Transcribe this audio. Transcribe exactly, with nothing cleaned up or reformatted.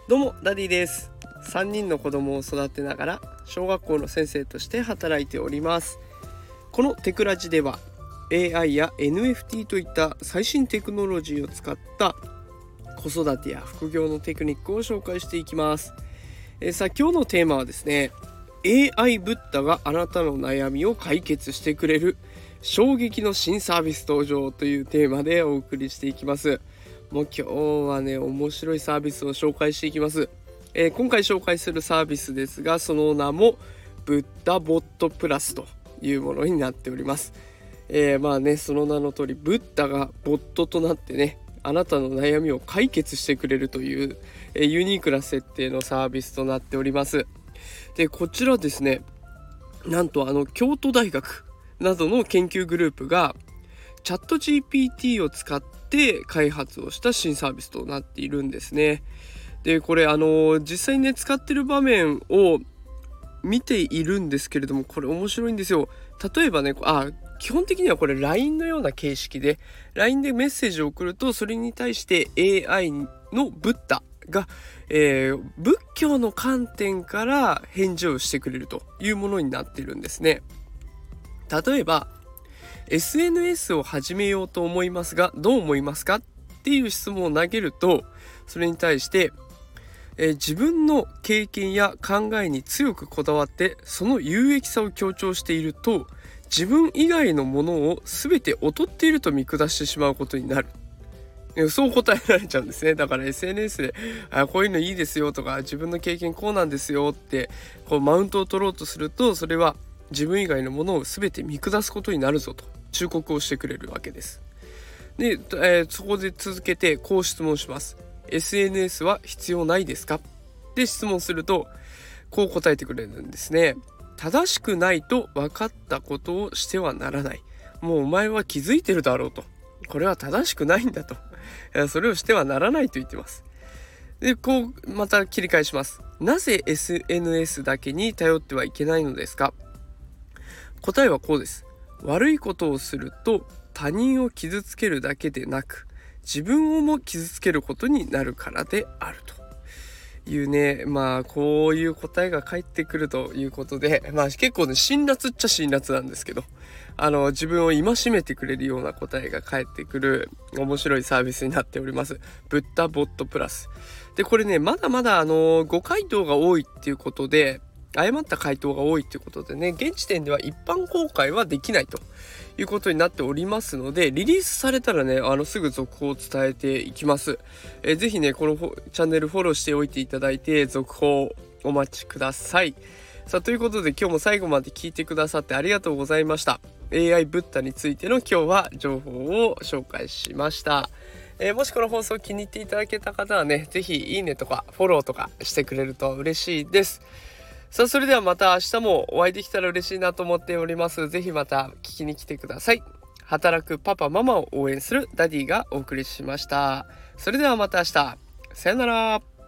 どうもダディです。さんにんの子供を育てながら小学校の先生として働いております。このテクラジでは エーアイ や エヌエフティー といった最新テクノロジーを使った子育てや副業のテクニックを紹介していきます。えー、さあ今日のテーマはですね、 エーアイ ブッダがあなたの悩みを解決してくれる衝撃の新サービス登場というテーマでお送りしていきます。もう今日はね、面白いサービスを紹介していきます。えー、今回紹介するサービスですが、その名もブッダボットプラスというものになっております。えー、まあね、その名の通りブッダがボットとなってね、あなたの悩みを解決してくれるという、えー、ユニークな設定のサービスとなっております。で、こちらですね、なんとあの京都大学などの研究グループがチャット ジーピーティー を使って開発をした新サービスとなっているんですね。で、これあの実際にね使ってる場面を見ているんですけれども、これ面白いんですよ。例えばね、あ基本的にはこれ ライン のような形式で ライン でメッセージを送ると、それに対して エーアイ のブッダが、えー、仏教の観点から返事をしてくれるというものになっているんですね。例えば エスエヌエス を始めようと思いますがどう思いますかっていう質問を投げると、それに対して、えー、自分の経験や考えに強くこだわってその有益さを強調していると、自分以外のものを全て劣っていると見下してしまうことになる。そう答えられちゃうんですね。だから エスエヌエス であこういうのいいですよとか、自分の経験こうなんですよってこうマウントを取ろうとすると、それは自分以外のものを全て見下すことになるぞと忠告をしてくれるわけです。で、えー、そこで続けてこう質問します。 エスエヌエス は必要ないですかで質問すると、こう答えてくれるんですね。正しくないと分かったことをしてはならない。もうお前は気づいてるだろうと。これは正しくないんだと。それをしてはならないと言ってます。で、こうまた切り返します。なぜ エスエヌエス だけに頼ってはいけないのですか。答えはこうです。悪いことをすると他人を傷つけるだけでなく、自分をも傷つけることになるからであるというね、まあこういう答えが返ってくるということで、まあ結構ね辛辣っちゃ辛辣なんですけど、あの自分を戒めてくれるような答えが返ってくる面白いサービスになっております。ブッダボットプラスで、これねまだまだあの誤回答が多いっていうことで、誤った回答が多いということでね、現時点では一般公開はできないということになっておりますので、リリースされたらね、あのすぐ続報を伝えていきます。えー、ぜひねこのチャンネルフォローしておいていただいて、続報お待ちください。さあということで、今日も最後まで聞いてくださってありがとうございました。 エーアイ ブッダについての今日は情報を紹介しました。えー、もしこの放送気に入っていただけた方はね、ぜひいいねとかフォローとかしてくれると嬉しいです。さあそれではまた明日もお会いできたら嬉しいなと思っております。ぜひまた聞きに来てください。働くパパママを応援するダディがお送りしました。それではまた明日。さよなら。